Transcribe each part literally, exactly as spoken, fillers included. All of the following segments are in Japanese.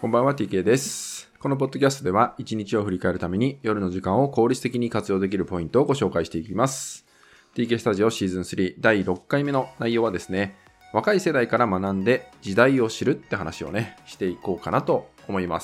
こんばんは ティーケー です。このポッドキャストでは一日を振り返るために夜の時間を効率的に活用できるポイントをご紹介していきます。ティーケー スタジオシーズンスリーだいろっかいめの内容はですね、若い世代から学んで時代を知るって話をね、していこうかなと思います。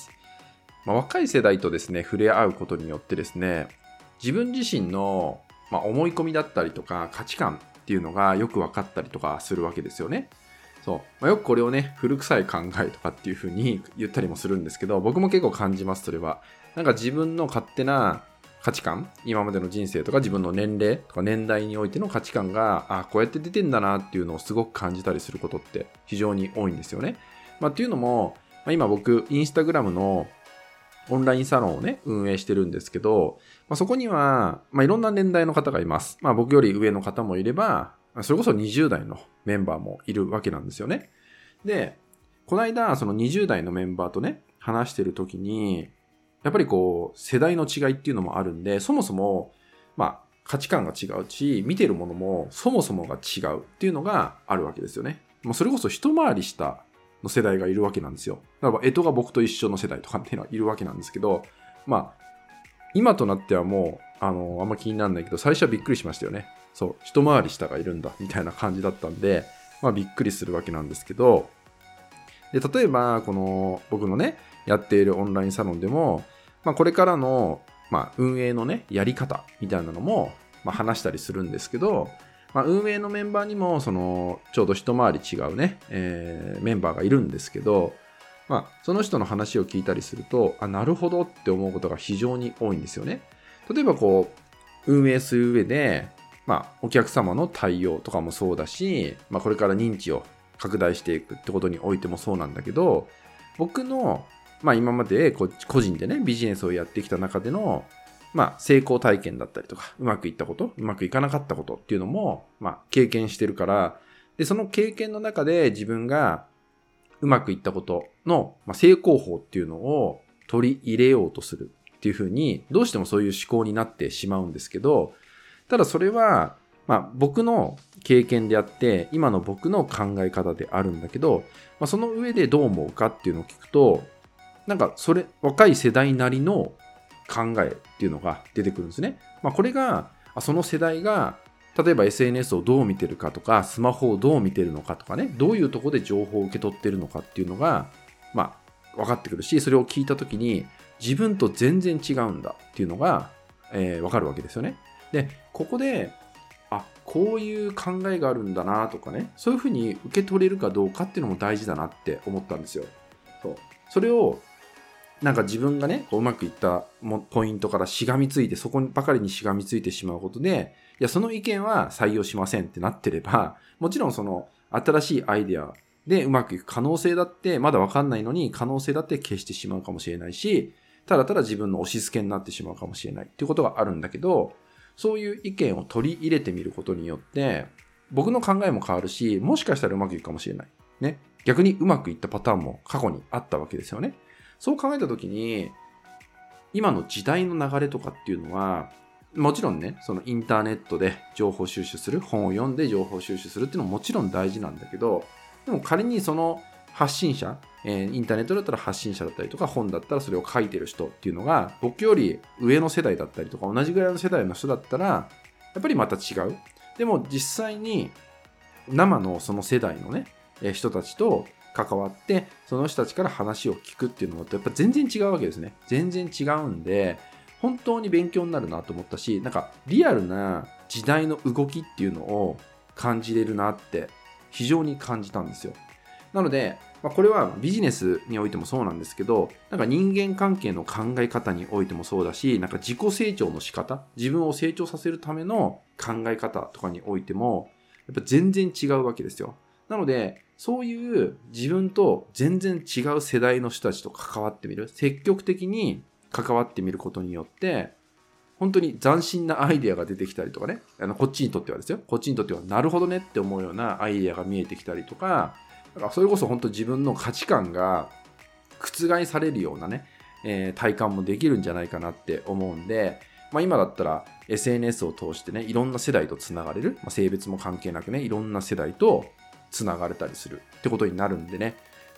まあ、若い世代とですね、触れ合うことによってですね、自分自身の、まあ、思い込みだったりとか価値観っていうのがよく分かったりとかするわけですよね。そう、まあ、よくこれをね、古臭い考えとかっていう風に言ったりもするんですけど、僕も結構感じます。それはなんか自分の勝手な価値観、今までの人生とか自分の年齢とか年代においての価値観があこうやって出てんだなっていうのをすごく感じたりすることって非常に多いんですよね。まあ、っていうのも、まあ、今僕インスタグラムのオンラインサロンをね運営してるんですけど、まあ、そこには、まあ、いろんな年代の方がいます。まあ、僕より上の方もいれば、それこそにじゅう代のメンバーもいるわけなんですよね。で、この間そのにじゅう代のメンバーとね話してる時に、やっぱりこう世代の違いっていうのもあるんで、そもそもまあ価値観が違うし、見てるものもそもそもが違うっていうのがあるわけですよね。まあ、それこそ一回り下の世代がいるわけなんですよ。だから干支が僕と一緒の世代とかっていうのはいるわけなんですけど、まあ今となってはもうあのあんま気にならないけど、最初はびっくりしましたよね。そう、一回り下がいるんだみたいな感じだったんで、まあびっくりするわけなんですけど、で例えばこの僕のねやっているオンラインサロンでも、まあ、これからの、まあ、運営のねやり方みたいなのも、まあ、話したりするんですけど、まあ、運営のメンバーにもそのちょうど一回り違うね、えー、メンバーがいるんですけど、まあ、その人の話を聞いたりすると、あ、なるほどって思うことが非常に多いんですよね。例えばこう運営する上で、まあ、お客様の対応とかもそうだし、まあ、これから認知を拡大していくってことにおいてもそうなんだけど、僕の、まあ、今まで個人でねビジネスをやってきた中での、まあ、成功体験だったりとか、うまくいったこと、うまくいかなかったことっていうのも、まあ、経験してるから、でその経験の中で自分がうまくいったことの、まあ、成功法っていうのを取り入れようとするっていうふうに、どうしてもそういう思考になってしまうんですけど、ただそれは、まあ、僕の経験であって、今の僕の考え方であるんだけど、まあ、その上でどう思うかっていうのを聞くと、なんかそれ、若い世代なりの考えっていうのが出てくるんですね。まあ、これが、その世代が、例えば エスエヌエス をどう見てるかとか、スマホをどう見てるのかとかね、どういうところで情報を受け取ってるのかっていうのが、まあ、分かってくるし、それを聞いたときに、自分と全然違うんだっていうのが、えー、分かるわけですよね。で、ここで、あ、こういう考えがあるんだなとかね、そういうふうに受け取れるかどうかっていうのも大事だなって思ったんですよ。そう。それを、なんか自分がね、こううまくいったポイントからしがみついて、そこばかりにしがみついてしまうことで、いや、その意見は採用しませんってなってれば、もちろんその新しいアイデアでうまくいく可能性だってまだわかんないのに、可能性だって消してしまうかもしれないし、ただただ自分の押し付けになってしまうかもしれないっていうことがあるんだけど、そういう意見を取り入れてみることによって、僕の考えも変わるし、もしかしたらうまくいくかもしれない。ね。逆にうまくいったパターンも過去にあったわけですよね。そう考えたときに、今の時代の流れとかっていうのは、もちろんね、そのインターネットで情報収集する、本を読んで情報収集するっていうのももちろん大事なんだけど、でも仮にその発信者、えー、インターネットだったら発信者だったりとか、本だったらそれを書いてる人っていうのが、僕より上の世代だったりとか、同じぐらいの世代の人だったら、やっぱりまた違う。でも実際に生のその世代のね、人たちと関わって、その人たちから話を聞くっていうのとやっぱ全然違うわけですね。全然違うんで、本当に勉強になるなと思ったし、なんかリアルな時代の動きっていうのを感じれるなって非常に感じたんですよ。なので、まあ、これはビジネスにおいてもそうなんですけど、なんか人間関係の考え方においてもそうだし、なんか自己成長の仕方、自分を成長させるための考え方とかにおいても、やっぱ全然違うわけですよ。なので、そういう自分と全然違う世代の人たちと関わってみる、積極的に関わってみることによって、本当に斬新なアイデアが出てきたりとかね、あのこっちにとってはですよ、こっちにとってはなるほどねって思うようなアイデアが見えてきたりとか、だからそれこそ本当自分の価値観が覆されるようなね、えー、体感もできるんじゃないかなって思うんで、まあ、今だったら エスエヌエス を通してね、いろんな世代とつながれる、まあ、性別も関係なくね、いろんな世代とつながれたりするってことになるんでね、まあ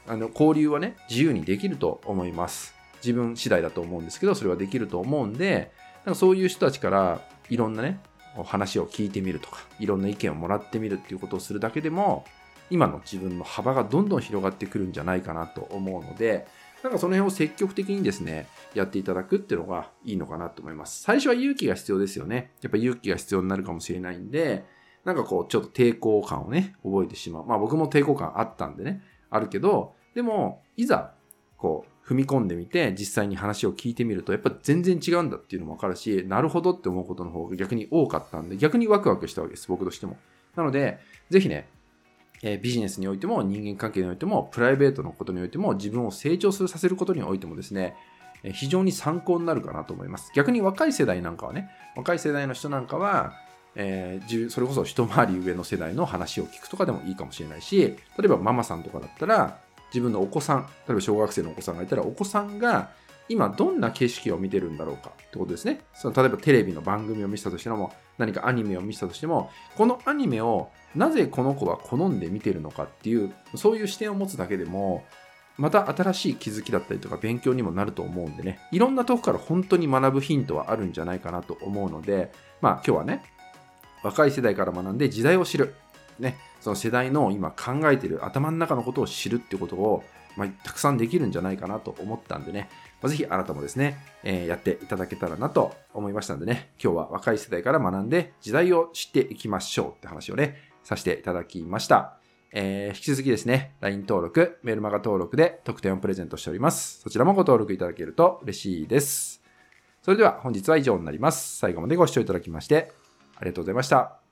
あの交流はね、自由にできると思います。自分次第だと思うんですけど、それはできると思うんで、なんかそういう人たちからいろんなね、話を聞いてみるとか、いろんな意見をもらってみるっていうことをするだけでも、今の自分の幅がどんどん広がってくるんじゃないかなと思うので、なんかその辺を積極的にですね、やっていただくっていうのがいいのかなと思います。最初は勇気が必要ですよね。やっぱ勇気が必要になるかもしれないんで、なんかこうちょっと抵抗感をね、覚えてしまう。まあ僕も抵抗感あったんでね、あるけど、でも、いざ、こう、踏み込んでみて、実際に話を聞いてみると、やっぱ全然違うんだっていうのもわかるし、なるほどって思うことの方が逆に多かったんで、逆にワクワクしたわけです、僕としても。なので、ぜひね、えー、ビジネスにおいても、人間関係においても、プライベートのことにおいても、自分を成長させることにおいてもですね、えー、非常に参考になるかなと思います。逆に若い世代なんかはね、若い世代の人なんかは、えー、それこそ一回り上の世代の話を聞くとかでもいいかもしれないし、例えばママさんとかだったら、自分のお子さん、例えば小学生のお子さんがいたら、お子さんが今どんな景色を見てるんだろうかってことですね。その例えばテレビの番組を見せたとしても、何かアニメを見せたとしても、このアニメをなぜこの子は好んで見てるのかっていう、そういう視点を持つだけでも、また新しい気づきだったりとか勉強にもなると思うんでね、いろんなとこから本当に学ぶヒントはあるんじゃないかなと思うので、まあ今日はね、若い世代から学んで時代を知る。ね、その世代の今考えている頭の中のことを知るっていうことを、まあ、たくさんできるんじゃないかなと思ったんでね、まあ、ぜひあなたもですね、えー、やっていただけたらなと思いましたんでね、今日は若い世代から学んで時代を知っていきましょうって話をね、させていただきました。えー、引き続きですね、ライン 登録、メルマガ登録で特典をプレゼントしております。そちらもご登録いただけると嬉しいです。それでは本日は以上になります。最後までご視聴いただきましてありがとうございました。